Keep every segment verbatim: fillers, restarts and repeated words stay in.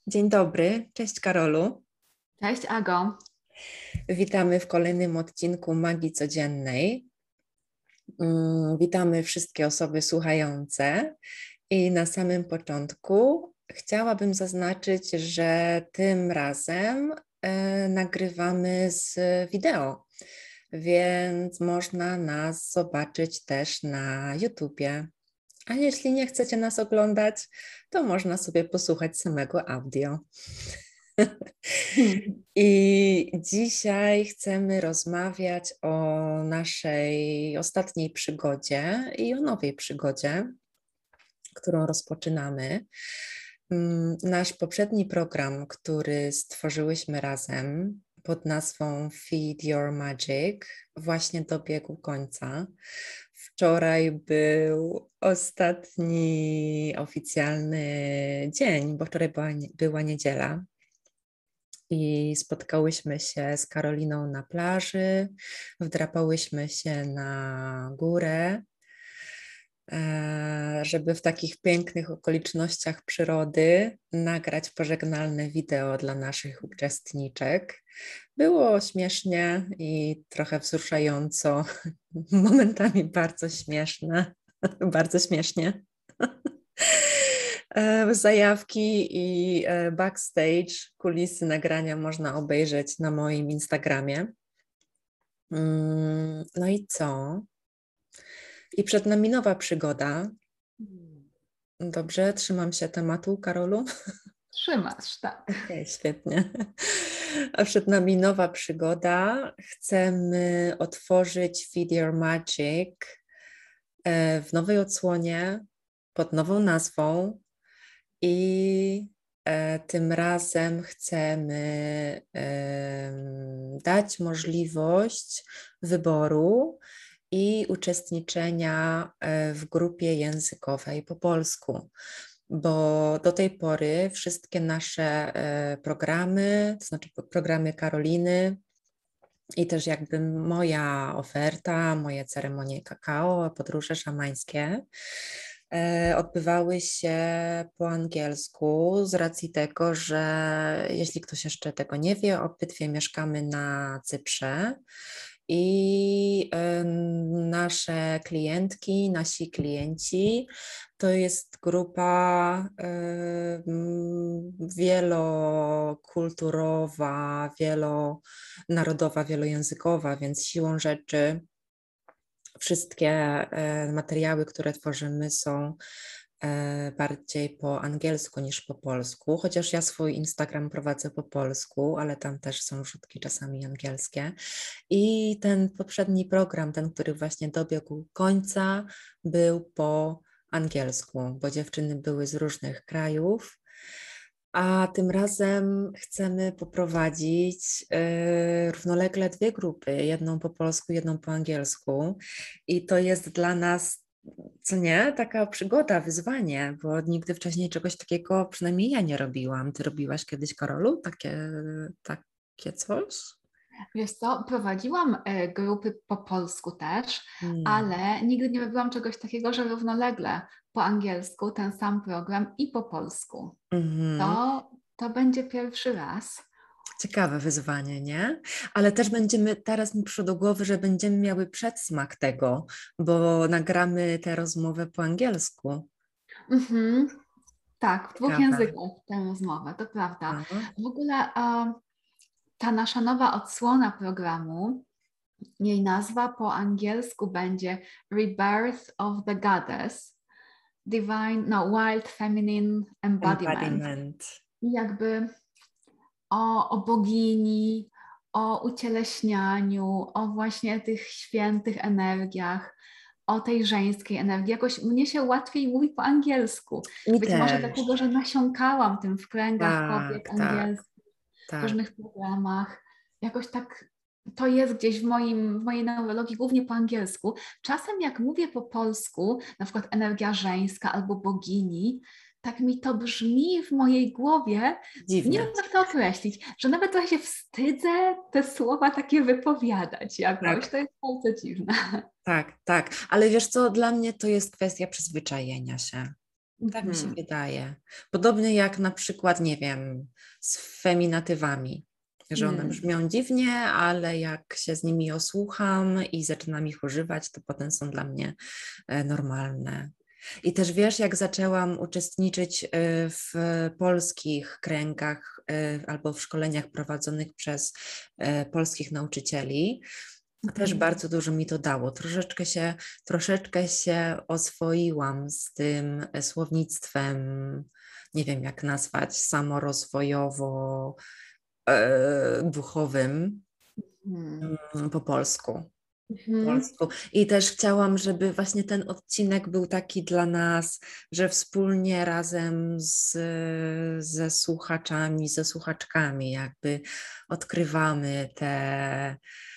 Dzień dobry, cześć Karolu. Cześć Ago. Witamy w kolejnym odcinku Magii Codziennej. Mm, Witamy wszystkie osoby słuchające i na samym początku chciałabym zaznaczyć, że tym razem e, nagrywamy z wideo, więc można nas zobaczyć też na YouTubie. A jeśli nie chcecie nas oglądać, to można sobie posłuchać samego audio. I dzisiaj chcemy rozmawiać o naszej ostatniej przygodzie i o nowej przygodzie, którą rozpoczynamy. Nasz poprzedni program, który stworzyłyśmy razem pod nazwą Feed Your Magic, właśnie dobiegł końca. Wczoraj był ostatni oficjalny dzień, bo wczoraj była, była niedziela. I spotkałyśmy się z Karoliną na plaży, wdrapałyśmy się na górę, żeby w takich pięknych okolicznościach przyrody nagrać pożegnalne wideo dla naszych uczestniczek. Było śmiesznie i trochę wzruszająco, momentami bardzo śmieszne, bardzo śmiesznie. Zajawki i backstage, kulisy nagrania można obejrzeć na moim Instagramie. No i co? I przed nami nowa przygoda. Dobrze, trzymam się tematu, Karolu? Trzymasz, tak. Okej, okay, świetnie. A przed nami nowa przygoda. Chcemy otworzyć Feed Your Magic w nowej odsłonie, pod nową nazwą. I e, tym razem chcemy e, dać możliwość wyboru i uczestniczenia e, w grupie językowej po polsku, bo do tej pory wszystkie nasze e, programy, to znaczy programy Karoliny i też jakby moja oferta, moje ceremonie kakao, podróże szamańskie, odbywały się po angielsku z racji tego, że jeśli ktoś jeszcze tego nie wie, obydwie mieszkamy na Cyprze i nasze klientki, nasi klienci to jest grupa wielokulturowa, wielonarodowa, wielojęzykowa, więc siłą rzeczy wszystkie materiały, które tworzymy, są bardziej po angielsku niż po polsku, chociaż ja swój Instagram prowadzę po polsku, ale tam też są wrzutki czasami angielskie. I ten poprzedni program, ten, który właśnie dobiegł końca, był po angielsku, bo dziewczyny były z różnych krajów. A tym razem chcemy poprowadzić y, równolegle dwie grupy, jedną po polsku, jedną po angielsku. I to jest dla nas, co nie, taka przygoda, wyzwanie, bo nigdy wcześniej czegoś takiego, przynajmniej ja nie robiłam. Ty robiłaś kiedyś, Karolu, takie, takie coś? Wiesz co, prowadziłam grupy po polsku też, hmm. ale nigdy nie robiłam czegoś takiego, że równolegle po angielsku ten sam program i po polsku. Mm-hmm. To, to będzie pierwszy raz. Ciekawe wyzwanie, nie? Ale też będziemy, teraz mi przyszło do głowy, że będziemy miały przedsmak tego, bo nagramy tę rozmowę po angielsku. Mm-hmm. Tak, w dwóch Ciekawe. językach tę rozmowę, to prawda. Aha. W ogóle uh, ta nasza nowa odsłona programu, jej nazwa po angielsku będzie Rebirth of the Goddess, Divine, no, Wild Feminine Embodiment. Embodiment. I jakby o, o bogini, o ucieleśnianiu, o właśnie tych świętych energiach, o tej żeńskiej energii. Jakoś mnie się łatwiej mówi po angielsku. I Być też. może dlatego, że nasiąkałam tym w kręgach tak, kobiet tak, angielskich, tak. w różnych programach. Jakoś tak to jest gdzieś w, moim, w mojej neurologii głównie po angielsku. Czasem jak mówię po polsku, na przykład energia żeńska albo bogini, tak mi to brzmi w mojej głowie, dziwnie. Nie wiem jak to określić, że nawet trochę się wstydzę te słowa takie wypowiadać jakoś, tak. To jest bardzo dziwne. Tak, tak, ale wiesz co, dla mnie to jest kwestia przyzwyczajenia się. Tak mi się Mhm. wydaje. Podobnie jak na przykład, nie wiem, z feminatywami, że one Hmm. brzmią dziwnie, ale jak się z nimi osłucham i zaczynam ich używać, to potem są dla mnie e, normalne. I też wiesz, jak zaczęłam uczestniczyć e, w polskich kręgach e, albo w szkoleniach prowadzonych przez e, polskich nauczycieli, też Mhm. bardzo dużo mi to dało. Troszeczkę się, troszeczkę się oswoiłam z tym słownictwem, nie wiem jak nazwać, samorozwojowo e, duchowym Hmm. mm, po polsku. Mhm. polsku. I też chciałam, żeby właśnie ten odcinek był taki dla nas, że wspólnie razem z, ze słuchaczami, ze słuchaczkami jakby odkrywamy te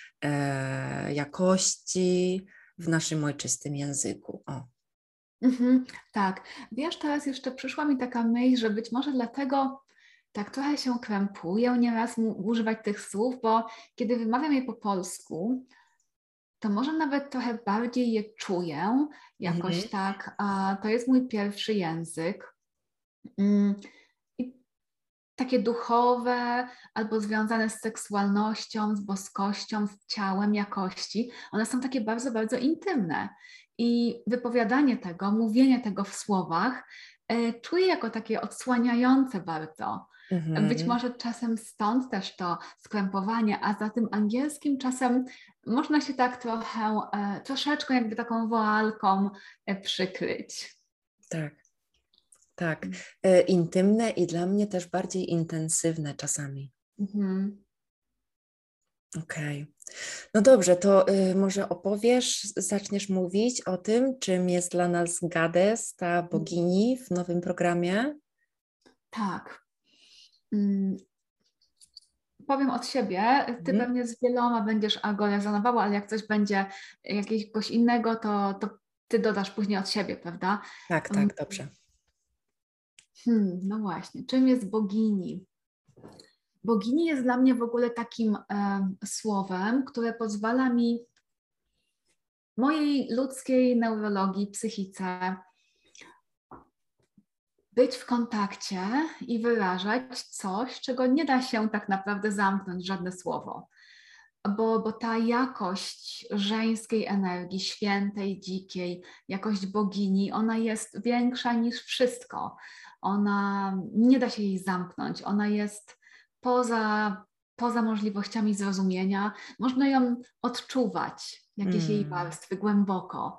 e, jakości w naszym ojczystym języku. O. Mhm. Tak. Wiesz, teraz jeszcze przyszła mi taka myśl, że być może dlatego tak trochę się krępuję nieraz mu- używać tych słów, bo kiedy wymawiam je po polsku, to może nawet trochę bardziej je czuję, Mhm. jakoś tak. A to jest mój pierwszy język. Mm, I takie duchowe albo związane z seksualnością, z boskością, z ciałem, jakości, one są takie bardzo, bardzo intymne. I wypowiadanie tego, mówienie tego w słowach e, czuję jako takie odsłaniające bardzo. Być Mhm. może czasem stąd też to skrępowanie, a za tym angielskim czasem można się tak trochę, e, troszeczkę jakby taką woalką e, przykryć. Tak, tak. E, intymne i dla mnie też bardziej intensywne czasami. Mhm. Okej. No dobrze, to y, może opowiesz, zaczniesz mówić o tym, czym jest dla nas Gades, ta bogini w nowym programie? Tak. Mm, Powiem od siebie, ty Mhm. pewnie z wieloma będziesz algo rezonowała, ale jak coś będzie jakiegoś innego, to, to ty dodasz później od siebie, prawda? Tak, Mm, tak, dobrze. Hmm, no właśnie, czym jest bogini? Bogini jest dla mnie w ogóle takim e, słowem, które pozwala mi mojej ludzkiej neurologii, psychice być w kontakcie i wyrażać coś, czego nie da się tak naprawdę zamknąć w żadne słowo. Bo, bo ta jakość żeńskiej energii, świętej, dzikiej, jakość bogini, ona jest większa niż wszystko. Ona nie da się jej zamknąć, ona jest poza, poza możliwościami zrozumienia. Można ją odczuwać, jakieś jej Mm. warstwy głęboko.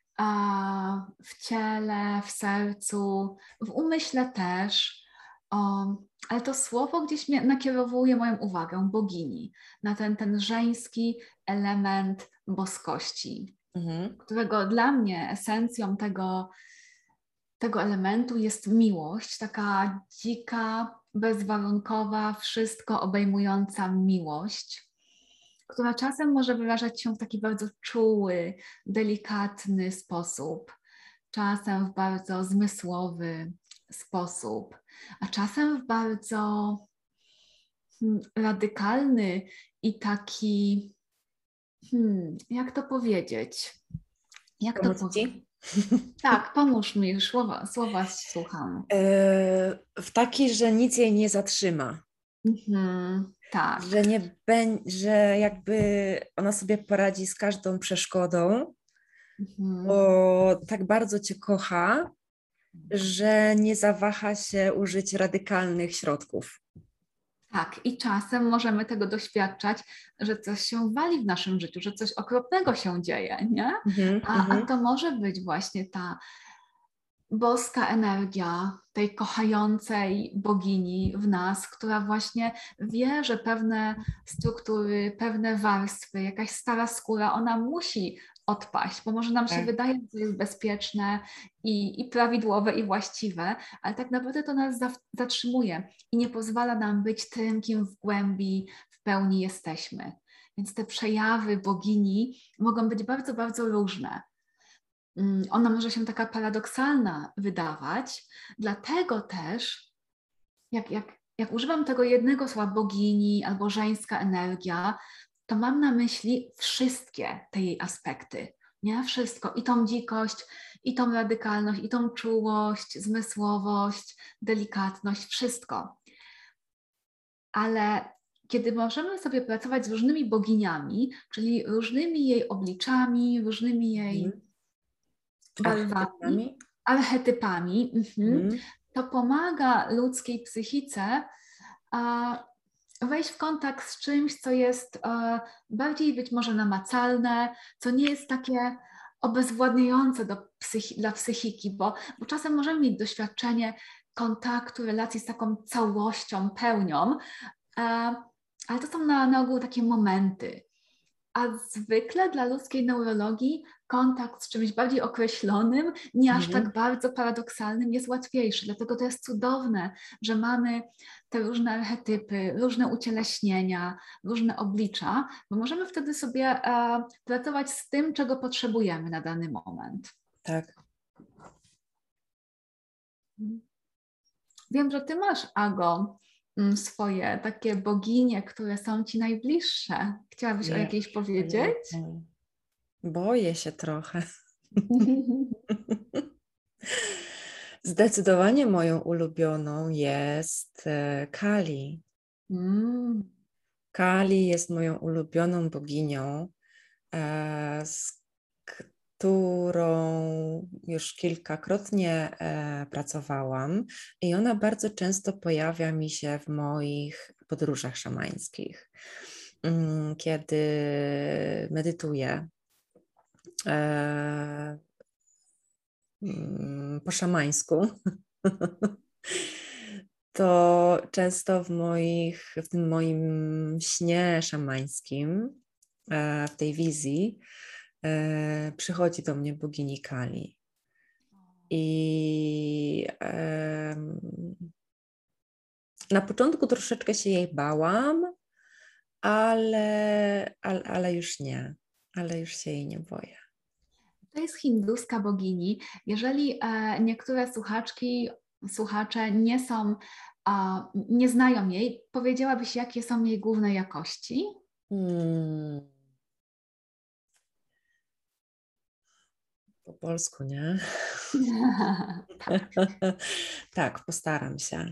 A w ciele, w sercu, w umyśle też. O, ale to słowo gdzieś mnie nakierowuje moją uwagę, bogini, na ten, ten żeński element boskości, Mhm. którego dla mnie esencją tego, tego elementu jest miłość, taka dzika, bezwarunkowa, wszystko obejmująca miłość, która czasem może wyrażać się w taki bardzo czuły, delikatny sposób, czasem w bardzo zmysłowy sposób, a czasem w bardzo hmm, radykalny i taki, hmm, jak to powiedzieć? Jak to Pomóc powiedzieć? ci? Tak, pomóż mi, słowa, słowa słucham. E, w taki, że nic jej nie zatrzyma, Mhm, że tak. nie bę- że jakby ona sobie poradzi z każdą przeszkodą, Mhm. bo tak bardzo cię kocha, że nie zawaha się użyć radykalnych środków. Tak, i czasem możemy tego doświadczać, że coś się wali w naszym życiu, że coś okropnego się dzieje, nie? Mhm, A, a mhm. to może być właśnie ta boska energia tej kochającej bogini w nas, która właśnie wie, że pewne struktury, pewne warstwy, jakaś stara skóra, ona musi odpaść, bo może nam się Tak. wydaje, że to jest bezpieczne i, i prawidłowe i właściwe, ale tak naprawdę to nas za, zatrzymuje i nie pozwala nam być tym, kim w głębi w pełni jesteśmy. Więc te przejawy bogini mogą być bardzo, bardzo różne. Ona może się taka paradoksalna wydawać, dlatego też, jak, jak, jak używam tego jednego słowa bogini albo żeńska energia, to mam na myśli wszystkie te jej aspekty, nie? Wszystko, i tą dzikość, i tą radykalność, i tą czułość, zmysłowość, delikatność, wszystko. Ale kiedy możemy sobie pracować z różnymi boginiami, czyli różnymi jej obliczami, różnymi jej Mhm. barwami, Archetypami. archetypami, mhm, Mhm. to pomaga ludzkiej psychice a, wejść w kontakt z czymś, co jest a, bardziej być może namacalne, co nie jest takie obezwładniające do psychi- dla psychiki, bo, bo czasem możemy mieć doświadczenie kontaktu, relacji z taką całością, pełnią, a, ale to są na, na ogół takie momenty. A zwykle dla ludzkiej neurologii kontakt z czymś bardziej określonym, nie aż Mhm. tak bardzo paradoksalnym, jest łatwiejszy. Dlatego to jest cudowne, że mamy te różne archetypy, różne ucieleśnienia, różne oblicza, bo możemy wtedy sobie e, pracować z tym, czego potrzebujemy na dany moment. Tak. Wiem, że ty masz, Ago, swoje takie boginie, które są ci najbliższe. Chciałabyś o Nie. jakiejś powiedzieć? Boję się trochę. Zdecydowanie moją ulubioną jest e, Kali. Mm. Kali jest moją ulubioną boginią, e, z którą już kilkakrotnie e, pracowałam i ona bardzo często pojawia mi się w moich podróżach szamańskich, mm, kiedy medytuję e, mm, po szamańsku. To często w, moich, w tym moim śnie szamańskim, e, w tej wizji, e, przychodzi do mnie bogini Kali. I e, na początku troszeczkę się jej bałam, ale, ale, ale już nie, ale już się jej nie boję. To jest hinduska bogini. Jeżeli e, niektóre słuchaczki, słuchacze nie są, a, nie znają jej, powiedziałabyś, jakie są jej główne jakości? Hmm. Po polsku, nie? Tak. Tak, postaram się.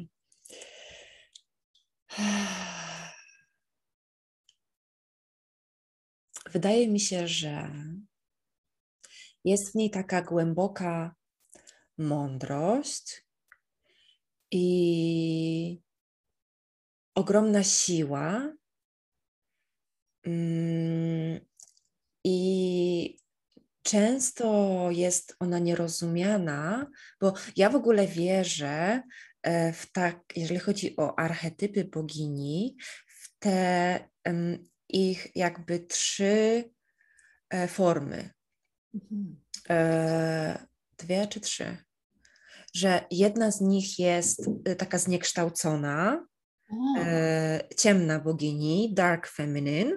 Wydaje mi się, że jest w niej taka głęboka mądrość i ogromna siła. I często jest ona nierozumiana, bo ja w ogóle wierzę w tak, jeżeli chodzi o archetypy bogini, w te um, ich jakby trzy e, formy. Mhm. E, dwie czy trzy. Że jedna z nich jest taka zniekształcona, e, ciemna bogini, dark feminine,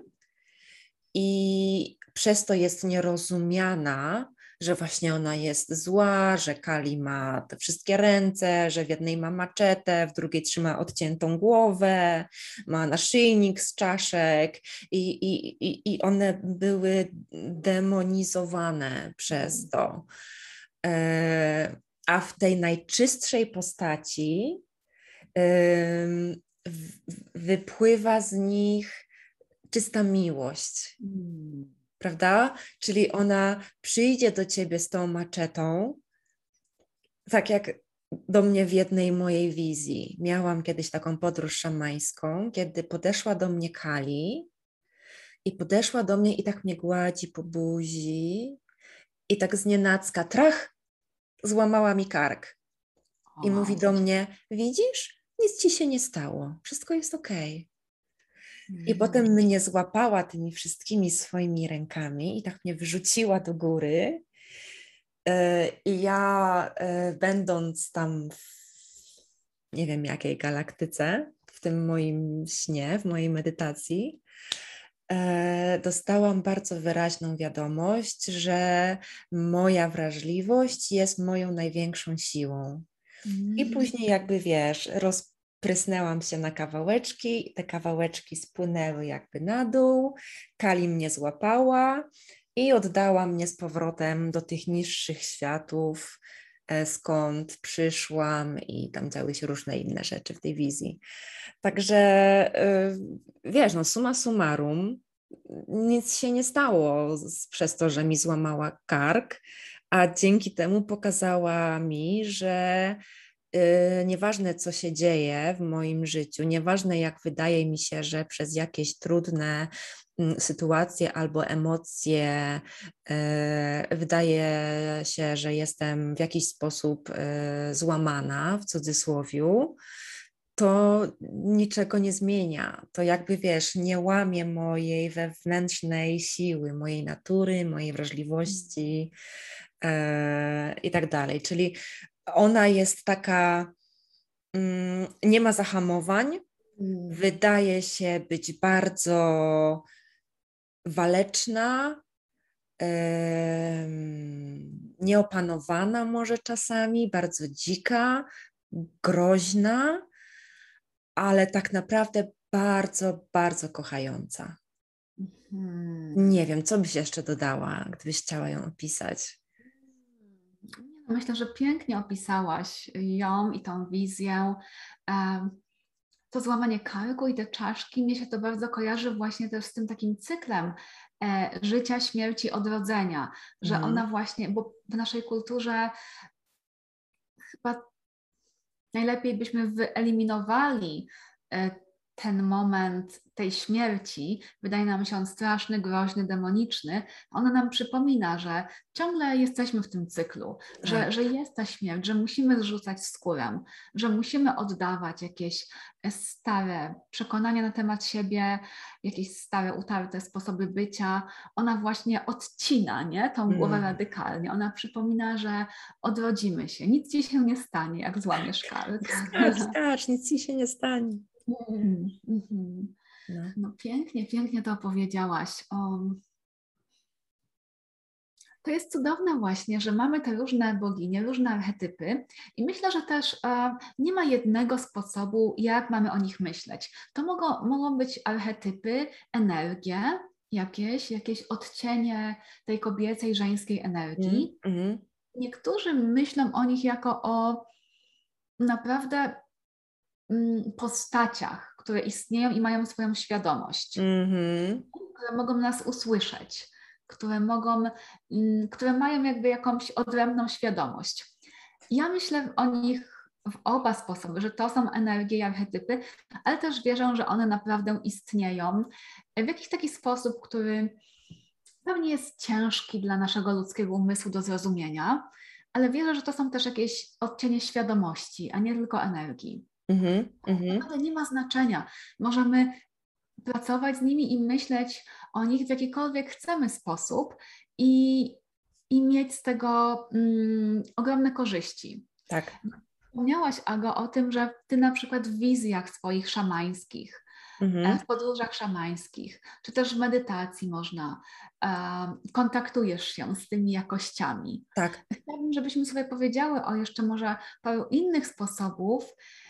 i przez to jest nierozumiana, że właśnie ona jest zła, że Kali ma te wszystkie ręce, że w jednej ma maczetę, w drugiej trzyma odciętą głowę, ma naszyjnik z czaszek i, i, i, i one były demonizowane przez to. E, a w tej najczystszej postaci y, wypływa z nich czysta miłość, Mm. prawda? Czyli ona przyjdzie do ciebie z tą maczetą, tak jak do mnie w jednej mojej wizji. Miałam kiedyś taką podróż szamańską, kiedy podeszła do mnie Kali i podeszła do mnie i tak mnie gładzi po buzi i tak znienacka, trach, złamała mi kark. I Wow. mówi do mnie, widzisz, nic ci się nie stało, wszystko jest okej. I Mm. potem mnie złapała tymi wszystkimi swoimi rękami i tak mnie wyrzuciła do góry. I ja, będąc tam w nie wiem jakiej galaktyce, w tym moim śnie, w mojej medytacji, dostałam bardzo wyraźną wiadomość, że moja wrażliwość jest moją największą siłą. Mm. I później jakby wiesz, roz prysnęłam się na kawałeczki, te kawałeczki spłynęły jakby na dół, Kali mnie złapała i oddała mnie z powrotem do tych niższych światów, skąd przyszłam i tam działy się różne inne rzeczy w tej wizji. Także wiesz, no summa summarum, nic się nie stało przez to, że mi złamała kark, a dzięki temu pokazała mi, że nieważne co się dzieje w moim życiu, nieważne jak wydaje mi się, że przez jakieś trudne sytuacje albo emocje wydaje się, że jestem w jakiś sposób złamana, w cudzysłowiu, to niczego nie zmienia. To jakby, wiesz, nie łamie mojej wewnętrznej siły, mojej natury, mojej wrażliwości e, i tak dalej. Czyli ona jest taka, mm, nie ma zahamowań, mm. wydaje się być bardzo waleczna, e, nieopanowana może czasami, bardzo dzika, groźna, ale tak naprawdę bardzo, bardzo kochająca. Hmm. Nie wiem, co byś jeszcze dodała, gdybyś chciała ją opisać? Myślę, że pięknie opisałaś ją i tą wizję. To złamanie karku i te czaszki, mnie się to bardzo kojarzy właśnie też z tym takim cyklem życia, śmierci, odrodzenia, że hmm. ona właśnie, bo w naszej kulturze chyba najlepiej byśmy wyeliminowali ten moment tej śmierci, wydaje nam się on straszny, groźny, demoniczny. Ona nam przypomina, że ciągle jesteśmy w tym cyklu, tak. że, że jest ta śmierć, że musimy zrzucać skórę, że musimy oddawać jakieś stare przekonania na temat siebie, jakieś stare, utarte sposoby bycia. Ona właśnie odcina, nie? Tą głowę mm. radykalnie. Ona przypomina, że odrodzimy się. Nic ci się nie stanie, jak złamiesz kark. Skacz, skacz, nic ci się nie stanie. Mm, mm-hmm. no. no pięknie, pięknie to opowiedziałaś. Um, to jest cudowne właśnie, że mamy te różne boginie, różne archetypy i myślę, że też e, nie ma jednego sposobu, jak mamy o nich myśleć. To mogą, mogą być archetypy, energie, jakieś, jakieś odcienie tej kobiecej, żeńskiej energii. Mm-hmm. Niektórzy myślą o nich jako o naprawdę postaciach, które istnieją i mają swoją świadomość, mm-hmm. które mogą nas usłyszeć, które mogą, które mają jakby jakąś odrębną świadomość. Ja myślę o nich w oba sposoby, że to są energie i archetypy, ale też wierzę, że one naprawdę istnieją w jakiś taki sposób, który pewnie jest ciężki dla naszego ludzkiego umysłu do zrozumienia, ale wierzę, że to są też jakieś odcienie świadomości, a nie tylko energii. Mm-hmm, mm-hmm. Ale nie ma znaczenia. Możemy pracować z nimi i myśleć o nich w jakikolwiek chcemy sposób i, i mieć z tego mm, ogromne korzyści. Tak. Wspomniałaś, Ago, o tym, że ty na przykład w wizjach swoich szamańskich, mm-hmm. w podróżach szamańskich, czy też w medytacji można, um, kontaktujesz się z tymi jakościami. Tak. Chciałabym, żebyśmy sobie powiedziały o jeszcze może paru innych sposobów,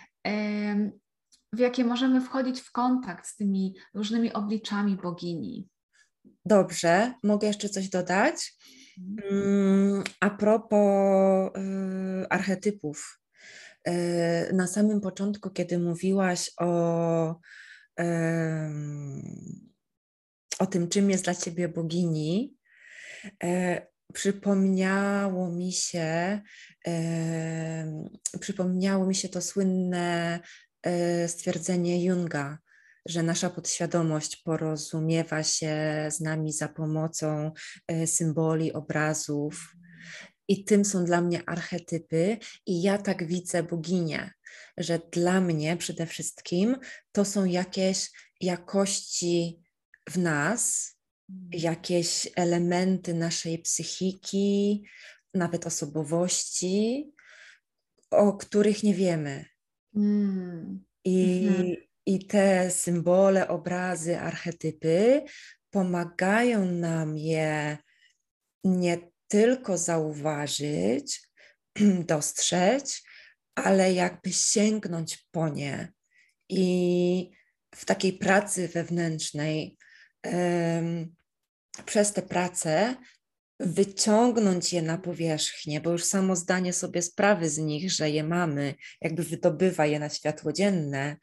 w jakie możemy wchodzić w kontakt z tymi różnymi obliczami bogini. Dobrze, mogę jeszcze coś dodać? Hmm. A propos y, archetypów. Y, na samym początku, kiedy mówiłaś o, y, o tym, czym jest dla ciebie bogini, y, przypomniało mi się, y, przypomniało mi się to słynne stwierdzenie Junga, że nasza podświadomość porozumiewa się z nami za pomocą symboli, obrazów i tym są dla mnie archetypy i ja tak widzę boginię, że dla mnie przede wszystkim to są jakieś jakości w nas, jakieś elementy naszej psychiki, nawet osobowości, o których nie wiemy. Mm. I, mhm. I te symbole, obrazy, archetypy pomagają nam je nie tylko zauważyć, dostrzec, ale jakby sięgnąć po nie. I w takiej pracy wewnętrznej um, przez tę pracę wyciągnąć je na powierzchnię, bo już samo zdanie sobie sprawy z nich, że je mamy, jakby wydobywa je na światło dzienne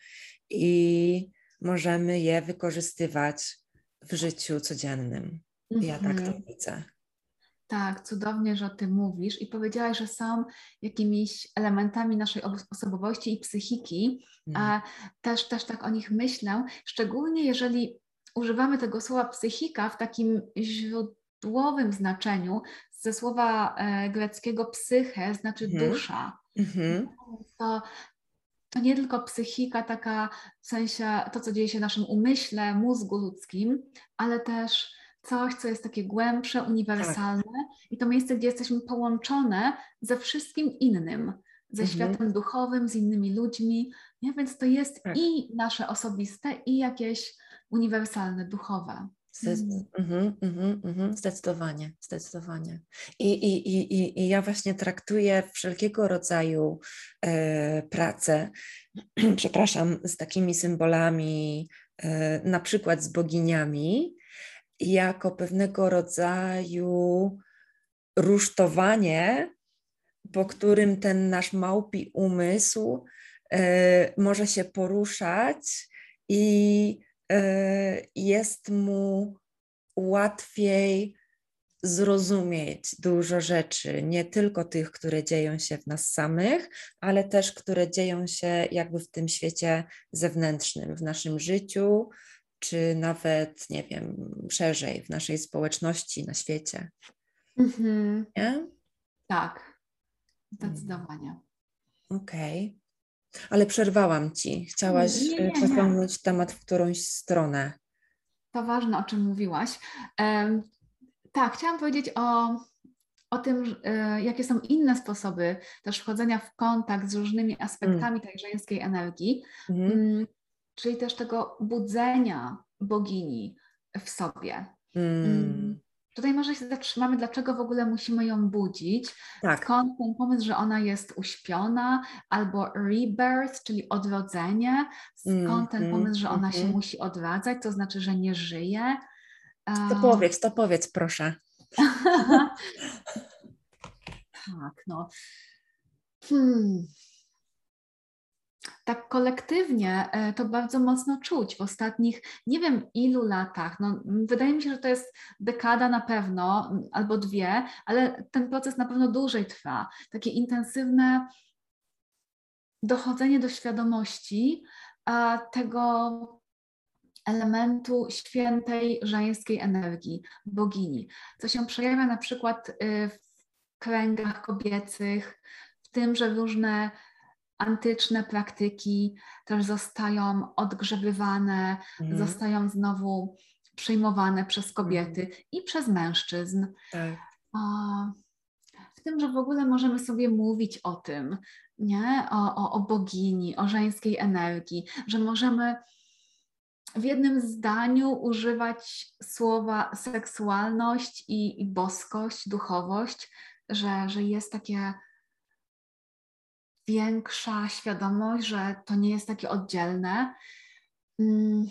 i możemy je wykorzystywać w życiu codziennym. Ja tak to Mhm. widzę. Tak, cudownie, że o tym mówisz i powiedziałaś, że są jakimiś elementami naszej obo- osobowości i psychiki, Mm. a też, też tak o nich myślę, szczególnie jeżeli używamy tego słowa psychika w takim źródłowym znaczeniu, ze słowa e, greckiego psyche, znaczy Mhm. dusza. Mhm. To, to nie tylko psychika taka w sensie to, co dzieje się w naszym umyśle, mózgu ludzkim, ale też coś, co jest takie głębsze, Tak. uniwersalne i to miejsce, gdzie jesteśmy połączone ze wszystkim innym, ze Mhm. światem duchowym, z innymi ludźmi, nie? Więc to jest Tak. i nasze osobiste, i jakieś uniwersalne, duchowe. Zdecy- Mm. mhm, mhm, mhm. Zdecydowanie, zdecydowanie. I, i, i, i- i ja właśnie traktuję wszelkiego rodzaju e, pracę, przepraszam, z takimi symbolami, e, na przykład z boginiami, jako pewnego rodzaju rusztowanie, po którym ten nasz małpi umysł e, może się poruszać i e, jest mu łatwiej zrozumieć dużo rzeczy, nie tylko tych, które dzieją się w nas samych, ale też które dzieją się jakby w tym świecie zewnętrznym, w naszym życiu, czy nawet, nie wiem, szerzej w naszej społeczności, na świecie. Mhm. Nie? Tak, Mm, zdecydowanie. Okej, ale przerwałam ci. Mm, Chciałaś Nie, y, nie, nie. pociągnąć temat w którąś stronę. To ważne, o czym mówiłaś. Em, tak, chciałam powiedzieć o o tym, e, jakie są inne sposoby też wchodzenia w kontakt z różnymi Mm, aspektami tej żeńskiej energii, mhm, mm, czyli też tego budzenia bogini w sobie. Mm, mm, Tutaj może się zatrzymamy, dlaczego w ogóle musimy ją budzić, tak. skąd ten pomysł, że ona jest uśpiona, albo rebirth, czyli odrodzenie, Mm, skąd ten mm, pomysł, że ona się mhm. musi odradzać, to znaczy, że nie żyje. To powiedz, to powiedz, proszę. Tak, no. Hmm. Tak kolektywnie e, to bardzo mocno czuć w ostatnich nie wiem ilu latach. No, m, wydaje mi się, że to jest dekada na pewno, m, albo dwie, ale ten proces na pewno dłużej trwa. Takie intensywne dochodzenie do świadomości a, tego elementu świętej żeńskiej energii, bogini, co się przejawia na przykład y, w kręgach kobiecych, w tym, że różne antyczne praktyki też zostają odgrzebywane, Mhm, zostają znowu przyjmowane przez mhm, kobiety i przez mężczyzn. tak. A w tym, że w ogóle możemy sobie mówić o tym, nie? O, o, o bogini, o żeńskiej energii, że możemy w jednym zdaniu używać słowa seksualność i, i boskość, duchowość, że, że jest takie większa świadomość, że to nie jest takie oddzielne. Mm,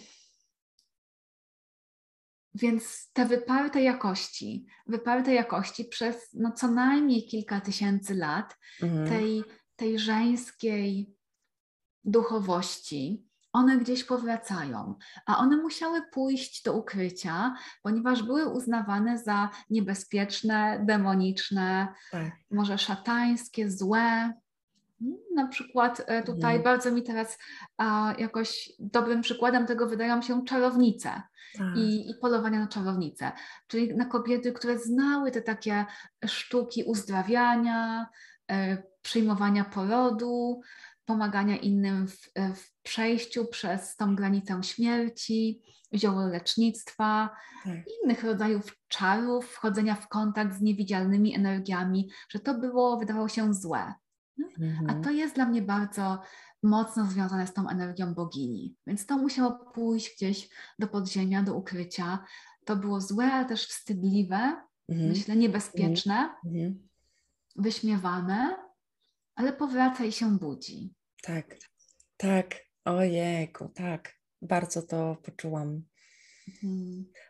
Więc te wyparte jakości, wyparte jakości przez no, co najmniej kilka tysięcy lat Mhm, tej, tej żeńskiej duchowości, one gdzieś powracają, a one musiały pójść do ukrycia, ponieważ były uznawane za niebezpieczne, demoniczne, tak. może szatańskie, złe. Na przykład e, tutaj Mhm, bardzo mi teraz a, jakoś dobrym przykładem tego wydają się czarownice tak. i, i polowania na czarownice, czyli na kobiety, które znały te takie sztuki uzdrawiania, e, przyjmowania porodu, pomagania innym w, e, w przejściu przez tą granicę śmierci, ziołolecznictwa, Tak. innych rodzajów czarów, wchodzenia w kontakt z niewidzialnymi energiami, że to było, wydawało się złe. No, a Mhm, to jest dla mnie bardzo mocno związane z tą energią bogini. Więc to musiało pójść gdzieś do podziemia, do ukrycia. To było złe, ale też wstydliwe, mhm, myślę, mhm, niebezpieczne, mhm. wyśmiewane, ale powraca i się budzi. Tak, tak. Ojejku, tak. Bardzo to poczułam. Mhm.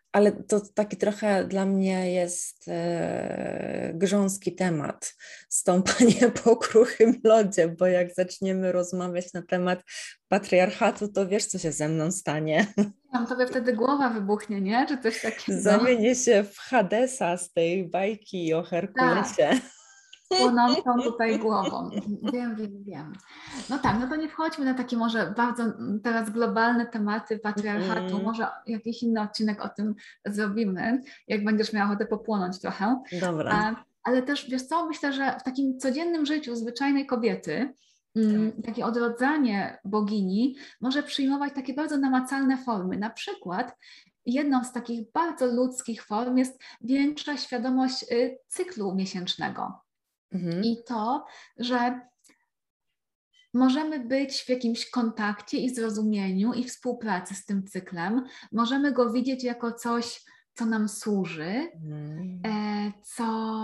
Ale to taki trochę dla mnie jest e, grząski temat, stąpanie po kruchym lodzie, bo jak zaczniemy rozmawiać na temat patriarchatu, to wiesz, co się ze mną stanie. Tam tobie wtedy głowa wybuchnie, nie? Czy coś takiego? Zamienię się w Hadesa z tej bajki o Tak, Herkulesie. płonącą tutaj głową. Wiem, wiem, wiem. No tak, no to nie wchodźmy na takie może bardzo teraz globalne tematy patriarchatu. Mm, Może jakiś inny odcinek o tym zrobimy, jak będziesz miała ochotę popłonąć trochę. dobra. A, ale też, wiesz co, myślę, że w takim codziennym życiu zwyczajnej kobiety mm, takie odrodzanie bogini może przyjmować takie bardzo namacalne formy. Na przykład jedną z takich bardzo ludzkich form jest większa świadomość y, cyklu miesięcznego. Mhm. I to, że możemy być w jakimś kontakcie i zrozumieniu i współpracy z tym cyklem. Możemy go widzieć jako coś, co nam służy, Mm. e, co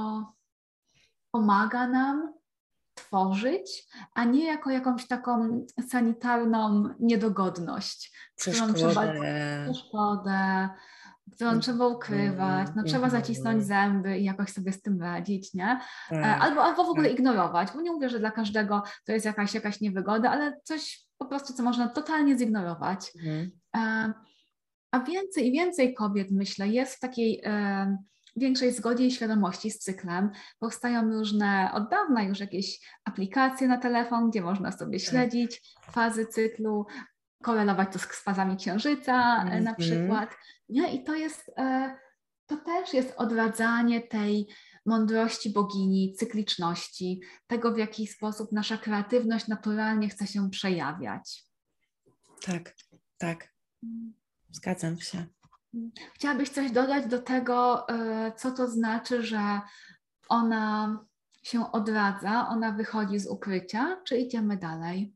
pomaga nam tworzyć, a nie jako jakąś taką sanitarną niedogodność, którą trzeba Przeszkodę. przeszkodę, którą trzeba ukrywać, no trzeba zacisnąć zęby i jakoś sobie z tym radzić, nie? Tak, Albo, albo w ogóle tak. ignorować, bo nie mówię, że dla każdego to jest jakaś, jakaś niewygoda, ale coś po prostu, co można totalnie zignorować. Mhm. A więcej i więcej kobiet, myślę, jest w takiej e, większej zgodzie i świadomości z cyklem. Powstają różne, od dawna już jakieś aplikacje na telefon, gdzie można sobie śledzić fazy cyklu, korelować to z fazami księżyca e, na przykład. Nie? I to jest, e, to też jest odradzanie tej mądrości bogini, cykliczności, tego, w jaki sposób nasza kreatywność naturalnie chce się przejawiać. Tak, tak. Zgadzam się. Chciałabyś coś dodać do tego, co to znaczy, że ona się odradza, ona wychodzi z ukrycia, czy idziemy dalej?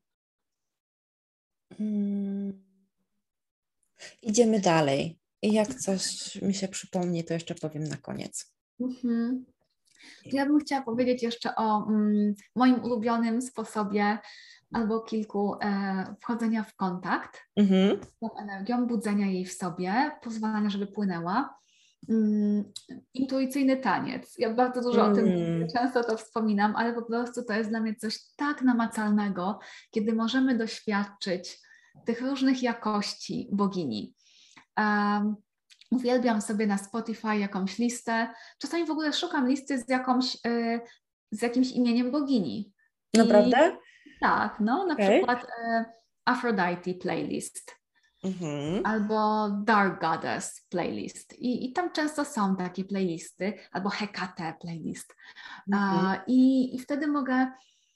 Hmm. Idziemy dalej. I jak coś mi się przypomni, to jeszcze powiem na koniec. Mhm. Ja bym chciała powiedzieć jeszcze o mm, moim ulubionym sposobie albo kilku e, wchodzenia w kontakt Mhm. z tą energią, budzenia jej w sobie, pozwalania, żeby płynęła. Mm, intuicyjny taniec. Ja bardzo dużo Mm. o tym mówię, często to wspominam, ale po prostu to jest dla mnie coś tak namacalnego, kiedy możemy doświadczyć tych różnych jakości bogini. Um, uwielbiam sobie na Spotify jakąś listę. Czasami w ogóle szukam listy z jakąś, y, z jakimś imieniem bogini. Naprawdę? I, tak, no na Okay. przykład y, Aphrodite playlist. Mhm. Albo Dark Goddess playlist. I, I tam często są takie playlisty, albo Hekate playlist. Mhm. Uh, i, I wtedy mogę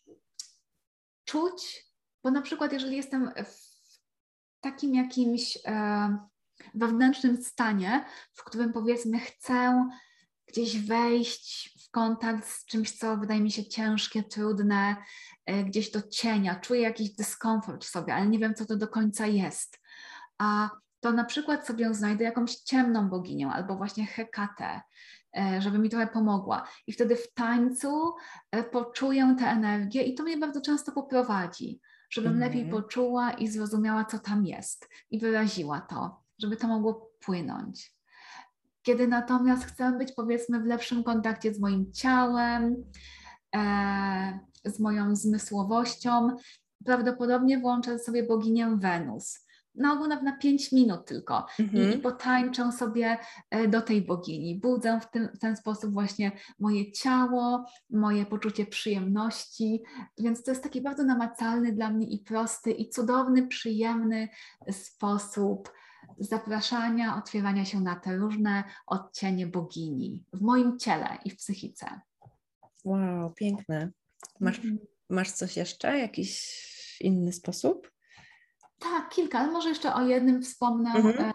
czuć, bo na przykład jeżeli jestem w takim jakimś e, wewnętrznym stanie, w którym powiedzmy chcę gdzieś wejść w kontakt z czymś, co wydaje mi się ciężkie, trudne, e, gdzieś do cienia, czuję jakiś dyskomfort w sobie, ale nie wiem, co to do końca jest. A to na przykład sobie znajdę jakąś ciemną boginię albo właśnie Hekatę, żeby mi trochę pomogła. I wtedy w tańcu poczuję tę energię i to mnie bardzo często poprowadzi, żebym Mhm. lepiej poczuła i zrozumiała, co tam jest i wyraziła to, żeby to mogło płynąć. Kiedy natomiast chcę być, powiedzmy, w lepszym kontakcie z moim ciałem, e, z moją zmysłowością, prawdopodobnie włączę sobie boginię Wenus. Na ogół na, na pięć minut tylko Mhm. I, i potańczę sobie do tej bogini. Budzę w, tym, w ten sposób właśnie moje ciało, moje poczucie przyjemności, więc to jest taki bardzo namacalny dla mnie i prosty, i cudowny, przyjemny sposób zapraszania, otwierania się na te różne odcienie bogini w moim ciele i w psychice. Wow, piękne. Masz, Mhm. masz coś jeszcze? Jakiś inny sposób? Tak, kilka, ale może jeszcze o jednym wspomnę. Mhm.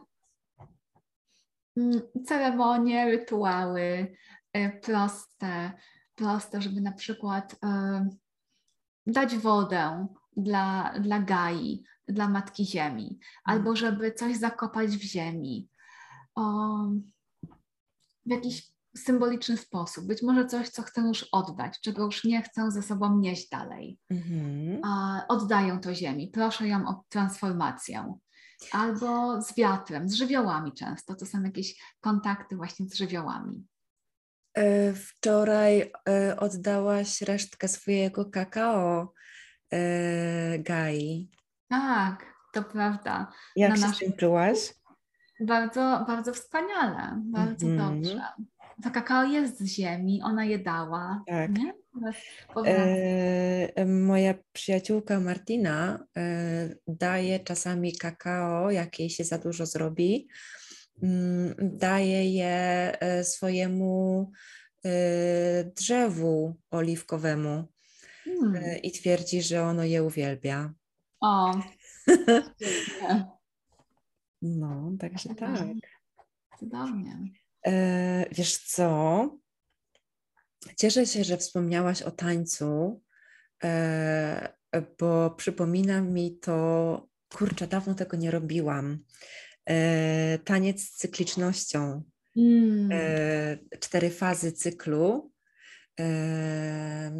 Ceremonie, rytuały proste, proste, żeby na przykład dać wodę dla, dla Gai, dla Matki Ziemi, albo żeby coś zakopać w ziemi o, w jakiś symboliczny sposób. Być może coś, co chcę już oddać, czego już nie chcę ze sobą nieść dalej. Mhm. A oddaję to ziemi, proszę ją o transformację. albo z wiatrem, z żywiołami często. To są jakieś kontakty właśnie z żywiołami. Wczoraj oddałaś resztkę swojego kakao Gai. Tak, to prawda. Jak Na się nasz... z tym czułaś? Bardzo, bardzo wspaniale, bardzo Mhm. dobrze. To kakao jest z ziemi, ona je dała, Tak. nie? Teraz powraca. E, moja przyjaciółka Martina e, daje czasami kakao, jak jej się za dużo zrobi, mm, daje je e, swojemu e, drzewu oliwkowemu e, Hmm. i twierdzi, że ono je uwielbia. O, świetnie. No, także tak. Cudownie. E, wiesz co? Cieszę się, że wspomniałaś o tańcu, e, bo przypomina mi to, kurczę, dawno tego nie robiłam. E, taniec z cyklicznością. Mm. E, cztery fazy cyklu. E,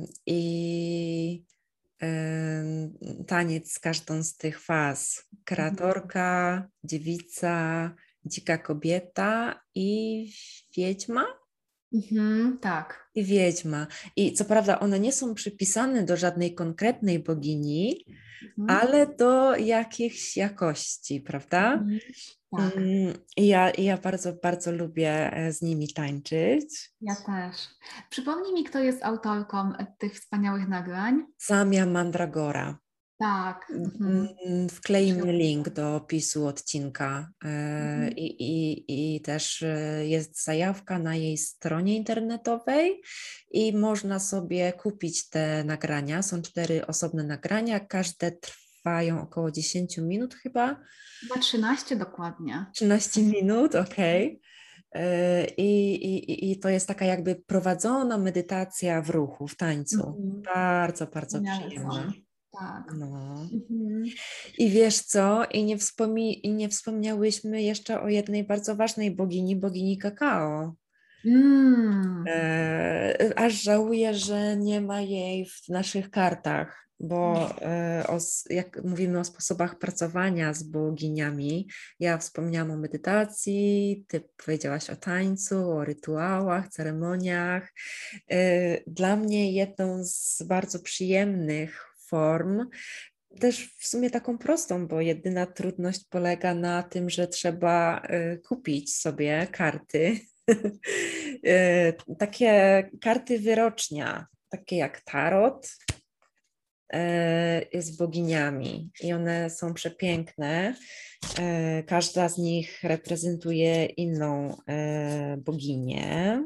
I e, taniec z każdą z tych faz. Kreatorka, dziewica, dzika kobieta i wiedźma. Mhm, tak. I wiedźma. I co prawda one nie są przypisane do żadnej konkretnej bogini, Mhm. ale do jakichś jakości, prawda? Mhm. Tak, Mm, I ja, i ja bardzo, bardzo lubię e, z nimi tańczyć. ja też. Przypomnij mi, kto jest autorką tych wspaniałych nagrań? Samia Mandragora. Tak. Mhm. Mm, Wkleimy link do opisu odcinka e, Mhm. i, i, i też e, jest zajawka na jej stronie internetowej i można sobie kupić te nagrania. Są cztery osobne nagrania, każde trwają około dziesięć minut chyba. Chyba trzynaście dokładnie. trzynaście minut, okej. Okay. I, i, I to jest taka jakby prowadzona medytacja w ruchu, w tańcu. Mhm. Bardzo, bardzo Wspaniałe przyjemna. są. Tak. No. Mhm. I wiesz co? I nie, wspomi- I nie wspomniałyśmy jeszcze o jednej bardzo ważnej bogini, bogini kakao. Mm. E, aż żałuję, że nie ma jej w naszych kartach, bo e, o, jak mówimy o sposobach pracowania z boginiami, ja wspomniałam o medytacji, ty powiedziałaś o tańcu, o rytuałach, ceremoniach. E, dla mnie jedną z bardzo przyjemnych form, też w sumie taką prostą, bo jedyna trudność polega na tym, że trzeba e, kupić sobie karty. E, takie karty wyrocznia, takie jak tarot, e, z boginiami i one są przepiękne. E, Każda z nich reprezentuje inną e, boginię.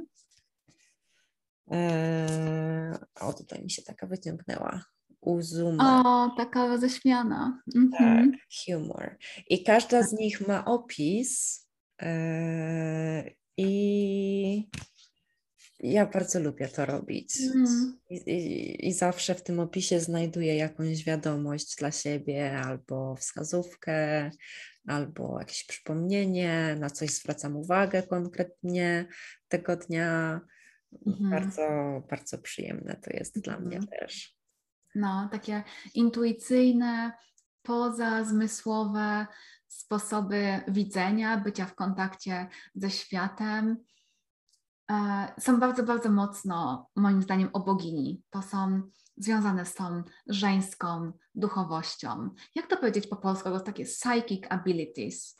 E, O, tutaj mi się taka wyciągnęła. Uzume. O, taka roześmiana. Tak, Mhm. humor. I każda z nich ma opis e, i ja bardzo lubię to robić. Mm. I, i, I zawsze w tym opisie znajduję jakąś wiadomość dla siebie, albo wskazówkę, albo jakieś przypomnienie, na coś zwracam uwagę konkretnie tego dnia. Mhm. Bardzo, bardzo przyjemne to jest dla mnie Mhm. też. No, takie intuicyjne, pozazmysłowe sposoby widzenia, bycia w kontakcie ze światem. E, są bardzo, bardzo mocno, moim zdaniem, o bogini. To są związane z tą żeńską duchowością. Jak to powiedzieć po polsku? To takie psychic abilities.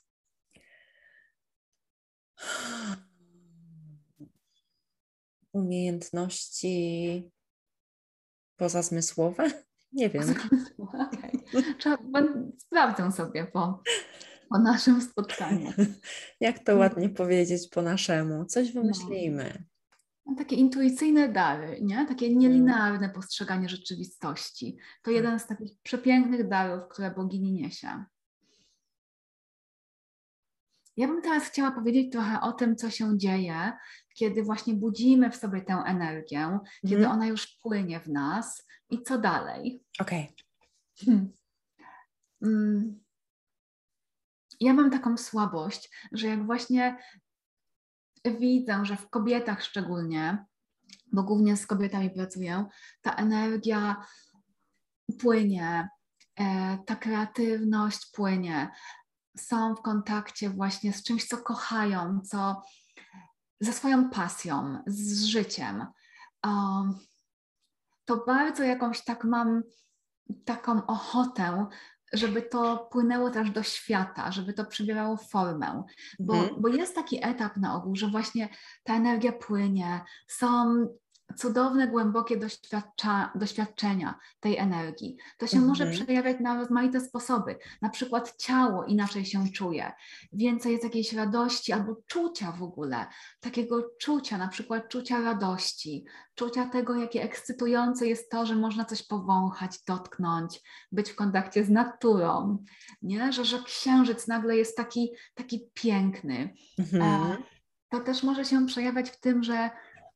Umiejętności pozazmysłowe? Nie wiem. Okay. Trzeba, sprawdzę sobie po, po naszym spotkaniu. Jak to ładnie powiedzieć po naszemu? Coś No. wymyślimy. Takie intuicyjne dary, nie? Takie nielinearne postrzeganie rzeczywistości. To jeden z takich przepięknych darów, które bogini niesie. Ja bym teraz chciała powiedzieć trochę o tym, co się dzieje, kiedy właśnie budzimy w sobie tę energię, mhm. kiedy ona już płynie w nas i co dalej. Okej. Okay. Hmm. Ja mam taką słabość, że jak właśnie widzę, że w kobietach szczególnie, bo głównie z kobietami pracuję, ta energia płynie, ta kreatywność płynie, są w kontakcie właśnie z czymś, co kochają, co ze swoją pasją, z życiem, um, to bardzo jakąś tak mam taką ochotę, żeby to płynęło też do świata, żeby to przybierało formę, bo, Mhm. bo jest taki etap na ogół, że właśnie ta energia płynie, są cudowne, głębokie doświadcza, doświadczenia tej energii. To się może Mhm. przejawiać na rozmaite sposoby. Na przykład ciało inaczej się czuje, więcej jest jakiejś radości albo czucia w ogóle, takiego czucia, na przykład czucia radości, czucia tego, jakie ekscytujące jest to, że można coś powąchać, dotknąć, być w kontakcie z naturą, nie? Że, że księżyc nagle jest taki, taki piękny. Mhm. To też może się przejawiać w tym, że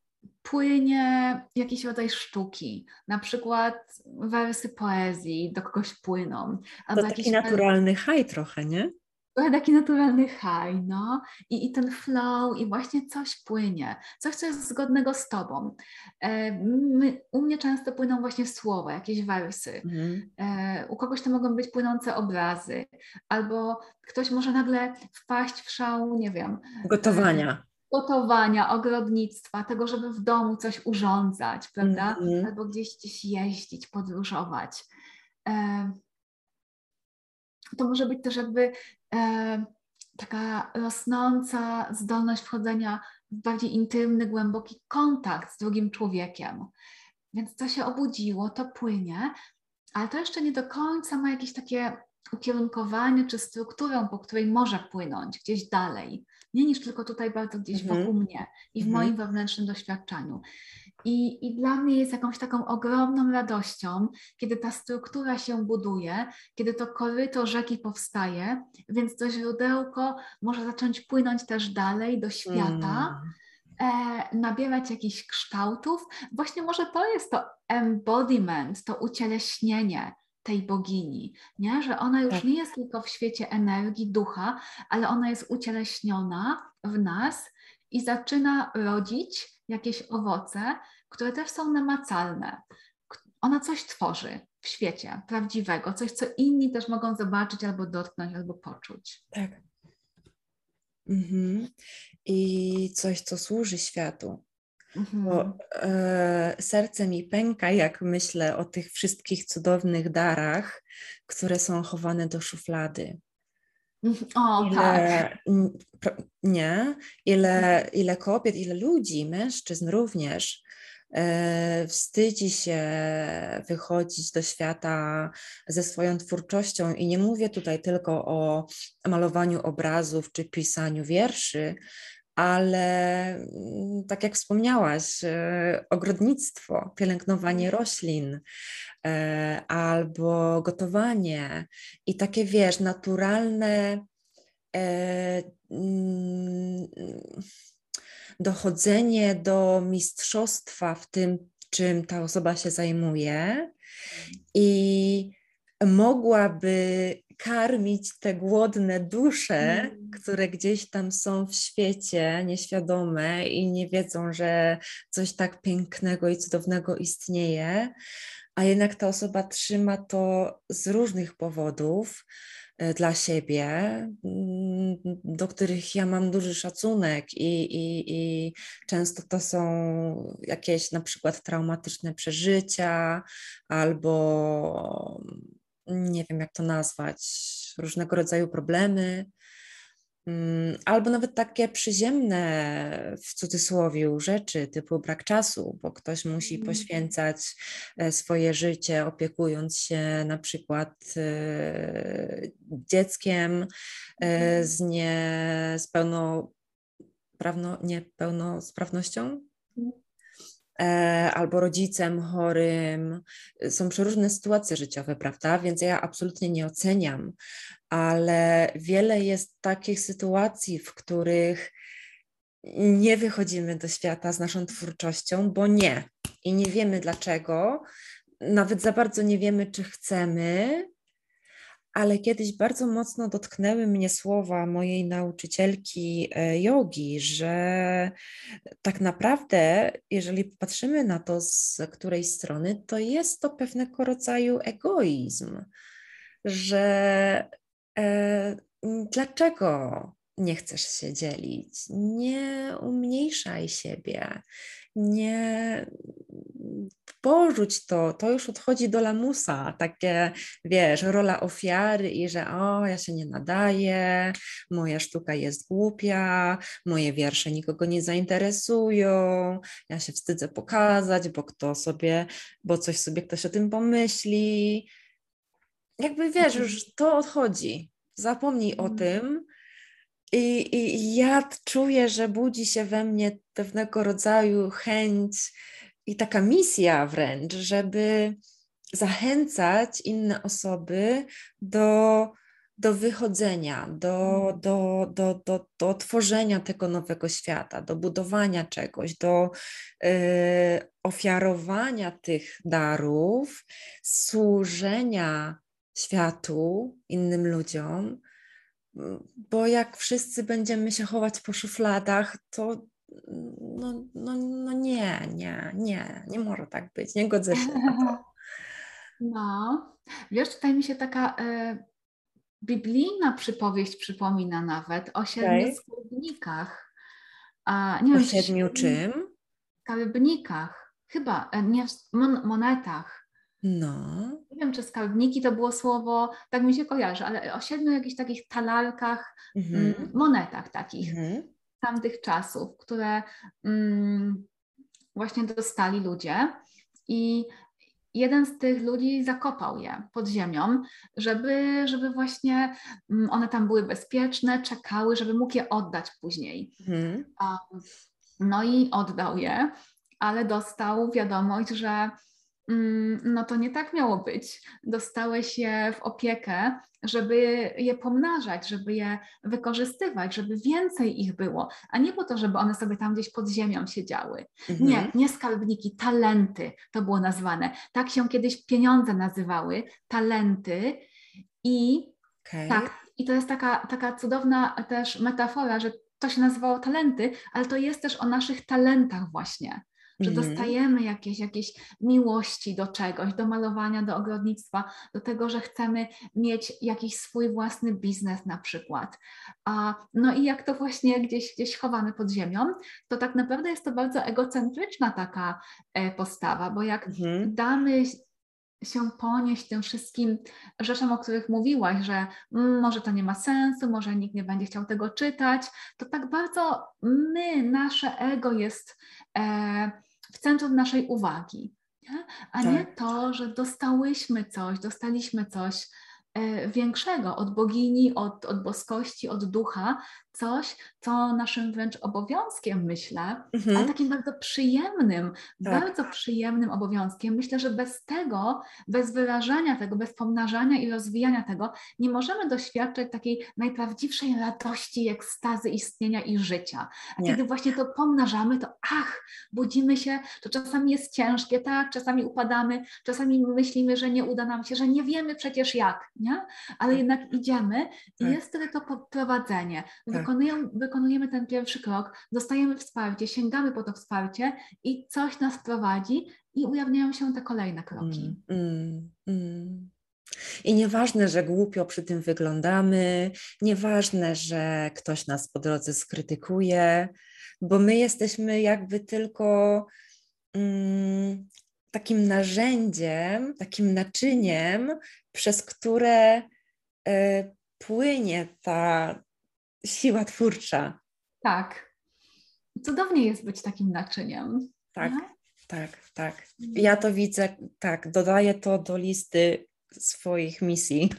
płynie jakiś rodzaj sztuki, na przykład wersy poezji do kogoś płyną, To albo taki jakiś naturalny high trochę, nie? trochę taki naturalny high, no. I, I ten flow, i właśnie coś płynie, coś, co jest zgodnego z tobą. E, my, u mnie często płyną właśnie słowa, jakieś wersy. Mhm. E, u kogoś to mogą być płynące obrazy, albo ktoś może nagle wpaść w szał, nie wiem, e, Gotowania. gotowania, ogrodnictwa, tego, żeby w domu coś urządzać, prawda? Mhm. Albo gdzieś gdzieś jeździć, podróżować. E, to może być też jakby e, taka rosnąca zdolność wchodzenia w bardziej intymny, głęboki kontakt z drugim człowiekiem. Więc to się obudziło, to płynie, ale to jeszcze nie do końca ma jakieś takie ukierunkowanie czy strukturę, po której może płynąć gdzieś dalej. Nie niż tylko tutaj bardzo gdzieś Mhm. wokół mnie i w Mhm. moim wewnętrznym doświadczeniu. I, I dla mnie jest jakąś taką ogromną radością, kiedy ta struktura się buduje, kiedy to koryto rzeki powstaje, więc to źródełko może zacząć płynąć też dalej do świata, Mm. e, nabierać jakichś kształtów. Właśnie może to jest to embodiment, to ucieleśnienie tej bogini, nie? Że ona już Tak. nie jest tylko w świecie energii, ducha, ale ona jest ucieleśniona w nas i zaczyna rodzić jakieś owoce, które też są namacalne. Ona coś tworzy w świecie prawdziwego, coś, co inni też mogą zobaczyć albo dotknąć, albo poczuć. Tak. Mhm. I coś, co służy światu. Bo Mhm. e, serce mi pęka, jak myślę o tych wszystkich cudownych darach, które są chowane do szuflady. O, tak. Ile, n- pro- nie, ile, ile kobiet, ile ludzi, mężczyzn również e, wstydzi się wychodzić do świata ze swoją twórczością. I nie mówię tutaj tylko o malowaniu obrazów czy pisaniu wierszy, ale mm, tak jak wspomniałaś, e, ogrodnictwo, pielęgnowanie roślin e, albo gotowanie i takie, wiesz, naturalne e, mm, dochodzenie do mistrzostwa w tym, czym ta osoba się zajmuje i mogłaby karmić te głodne dusze, Mm. które gdzieś tam są w świecie nieświadome i nie wiedzą, że coś tak pięknego i cudownego istnieje, a jednak ta osoba trzyma to z różnych powodów e, dla siebie, mm, do których ja mam duży szacunek i, i, i często to są jakieś na przykład traumatyczne przeżycia albo nie wiem jak to nazwać, różnego rodzaju problemy. Albo nawet takie przyziemne, w cudzysłowie, rzeczy typu brak czasu, bo ktoś musi poświęcać e, swoje życie opiekując się na przykład e, dzieckiem e, z nie z pełnoprawno, niepełnosprawnością e, albo rodzicem chorym. Są przeróżne sytuacje życiowe, prawda? Więc ja absolutnie nie oceniam, ale wiele jest takich sytuacji, w których nie wychodzimy do świata z naszą twórczością, bo nie. I nie wiemy dlaczego. Nawet za bardzo nie wiemy, czy chcemy, ale kiedyś bardzo mocno dotknęły mnie słowa mojej nauczycielki e, jogi, że tak naprawdę, jeżeli patrzymy na to z której strony, to jest to pewnego rodzaju egoizm, że e, dlaczego nie chcesz się dzielić? Nie umniejszaj siebie, nie porzuć to, to już odchodzi do lamusa, takie, wiesz, rola ofiary i że o, ja się nie nadaję, moja sztuka jest głupia, moje wiersze nikogo nie zainteresują, ja się wstydzę pokazać, bo kto sobie, bo coś sobie ktoś o tym pomyśli. Jakby wiesz, już to odchodzi. Zapomnij o tym. I, I ja czuję, że budzi się we mnie pewnego rodzaju chęć i taka misja wręcz, żeby zachęcać inne osoby do, do wychodzenia, do, do, do, do, do tworzenia tego nowego świata, do budowania czegoś, do y, ofiarowania tych darów, służenia światu, innym ludziom. Bo jak wszyscy będziemy się chować po szufladach, to no, no, no nie, nie, nie, nie może tak być, nie godzę się na to. No, wiesz, tutaj mi się taka y, biblijna przypowieść przypomina nawet o siedmiu Okay. skarbnikach. A, nie O wiem, czy siedmiu czym? skarbnikach, chyba, nie, mon, monetach. No. Nie wiem, czy skarbniki to było słowo, tak mi się kojarzy, ale o siedmiu jakichś takich talarkach, Mhm. mm, monetach takich Mhm. tamtych czasów, które mm, właśnie dostali ludzie i jeden z tych ludzi zakopał je pod ziemią, żeby, żeby właśnie mm, one tam były bezpieczne, czekały, żeby mógł je oddać później. Mhm. Um, no i oddał je, ale dostał wiadomość, że no to nie tak miało być. Dostałeś je w opiekę, żeby je pomnażać, żeby je wykorzystywać, żeby więcej ich było, a nie po to, żeby one sobie tam gdzieś pod ziemią siedziały. Mhm. Nie, nie skarbniki, talenty to było nazwane. Tak się kiedyś pieniądze nazywały, talenty i Okay. tak, i to jest taka, taka cudowna też metafora, że to się nazywało talenty, ale to jest też o naszych talentach właśnie. Że Mhm. dostajemy jakieś, jakieś miłości do czegoś, do malowania, do ogrodnictwa, do tego, że chcemy mieć jakiś swój własny biznes na przykład. A, no i jak to właśnie gdzieś, gdzieś chowamy pod ziemią, to tak naprawdę jest to bardzo egocentryczna taka e, postawa, bo jak Mhm. damy się ponieść tym wszystkim rzeczom, o których mówiłaś, że mm, może to nie ma sensu, może nikt nie będzie chciał tego czytać, to tak bardzo my, nasze ego jest e, w centrum naszej uwagi, nie? A Tak. nie to, że dostałyśmy coś, dostaliśmy coś e, większego od bogini, od, od boskości, od ducha, coś, co naszym wręcz obowiązkiem, myślę, Mhm. ale takim bardzo przyjemnym, Tak. bardzo przyjemnym obowiązkiem. Myślę, że bez tego, bez wyrażania tego, bez pomnażania i rozwijania tego, nie możemy doświadczać takiej najprawdziwszej radości, ekstazy istnienia i życia. A Nie. kiedy właśnie to pomnażamy, to ach, budzimy się, to czasami jest ciężkie, tak, czasami upadamy, czasami myślimy, że nie uda nam się, że nie wiemy przecież jak, nie? Ale Tak. jednak idziemy i Tak. jest wtedy to prowadzenie. Tak. Wykonujemy, wykonujemy ten pierwszy krok, dostajemy wsparcie, sięgamy po to wsparcie i coś nas prowadzi i ujawniają się te kolejne kroki. Mm, mm, mm. I nieważne, że głupio przy tym wyglądamy, nieważne, że ktoś nas po drodze skrytykuje, bo my jesteśmy jakby tylko mm, takim narzędziem, takim naczyniem, przez które y, płynie ta siła twórcza. Tak. Cudownie jest być takim naczyniem. Tak, nie? tak, tak. Ja to widzę, tak, dodaję to do listy swoich misji.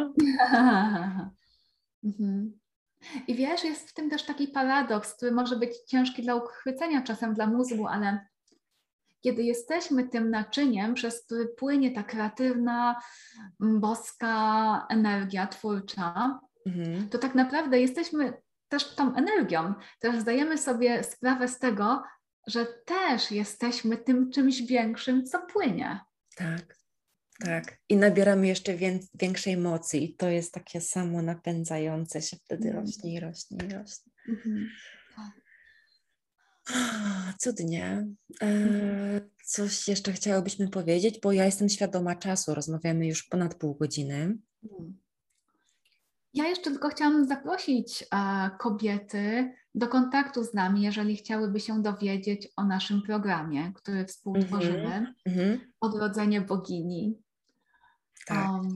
Mhm. I wiesz, jest w tym też taki paradoks, który może być ciężki dla uchwycenia czasem dla mózgu, ale kiedy jesteśmy tym naczyniem, przez który płynie ta kreatywna, boska energia twórcza, Mhm. to tak naprawdę jesteśmy też tą energią. Też zdajemy sobie sprawę z tego, że też jesteśmy tym czymś większym, co płynie. Tak, tak. I nabieramy jeszcze wię- większej mocy i to jest takie samo napędzające się, wtedy Mm. rośnie i rośnie i rośnie. Mhm. Tak. Ah, cudnie. E, Mhm. coś jeszcze chciałybyśmy powiedzieć, bo ja jestem świadoma czasu, rozmawiamy już ponad pół godziny. Mm. Ja jeszcze tylko chciałam zaprosić e, kobiety do kontaktu z nami, jeżeli chciałyby się dowiedzieć o naszym programie, który współtworzymy, Mm-hmm. Odrodzenie bogini. Tak. Um,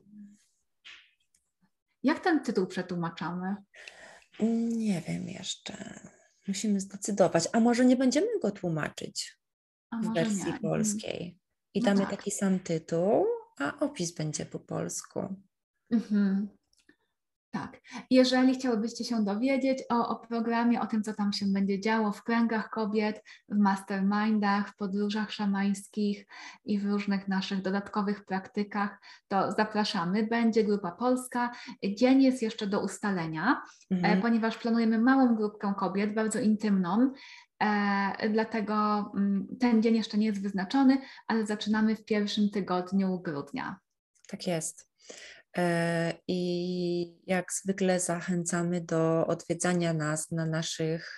jak ten tytuł przetłumaczamy? Nie wiem jeszcze. Musimy zdecydować. A może nie będziemy go tłumaczyć A w może wersji nie. polskiej? I No damy tak. taki sam tytuł, a opis będzie po polsku. Mhm. Tak. Jeżeli chciałybyście się dowiedzieć o, o programie, o tym, co tam się będzie działo w kręgach kobiet, w mastermindach, w podróżach szamańskich i w różnych naszych dodatkowych praktykach, to zapraszamy. Będzie grupa polska. Dzień jest jeszcze do ustalenia, Mhm. e, ponieważ planujemy małą grupkę kobiet, bardzo intymną. E, dlatego m, ten dzień jeszcze nie jest wyznaczony, ale zaczynamy w pierwszym tygodniu grudnia. Tak jest. I jak zwykle zachęcamy do odwiedzania nas na naszych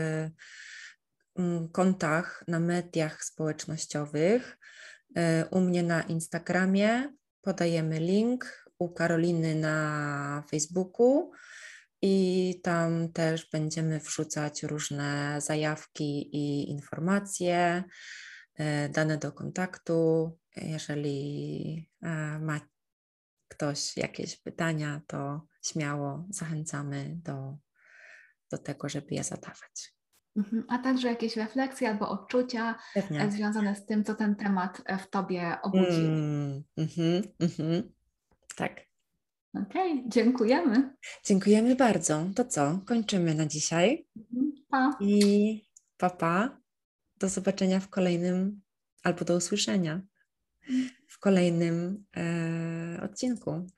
kontach, na mediach społecznościowych. U mnie na Instagramie podajemy link, u Karoliny na Facebooku i tam też będziemy wrzucać różne zajawki i informacje, dane do kontaktu. Jeżeli ma ktoś jakieś pytania, to śmiało zachęcamy do, do tego, żeby je zadawać. A także jakieś refleksje albo odczucia Pewnie. związane z tym, co ten temat w Tobie obudził. Mm, mm-hmm, mm-hmm. Tak. Okej, okay, dziękujemy. Dziękujemy bardzo. To co? Kończymy na dzisiaj. Pa. I pa, pa. Do zobaczenia w kolejnym, albo do usłyszenia w kolejnym e, odcinku.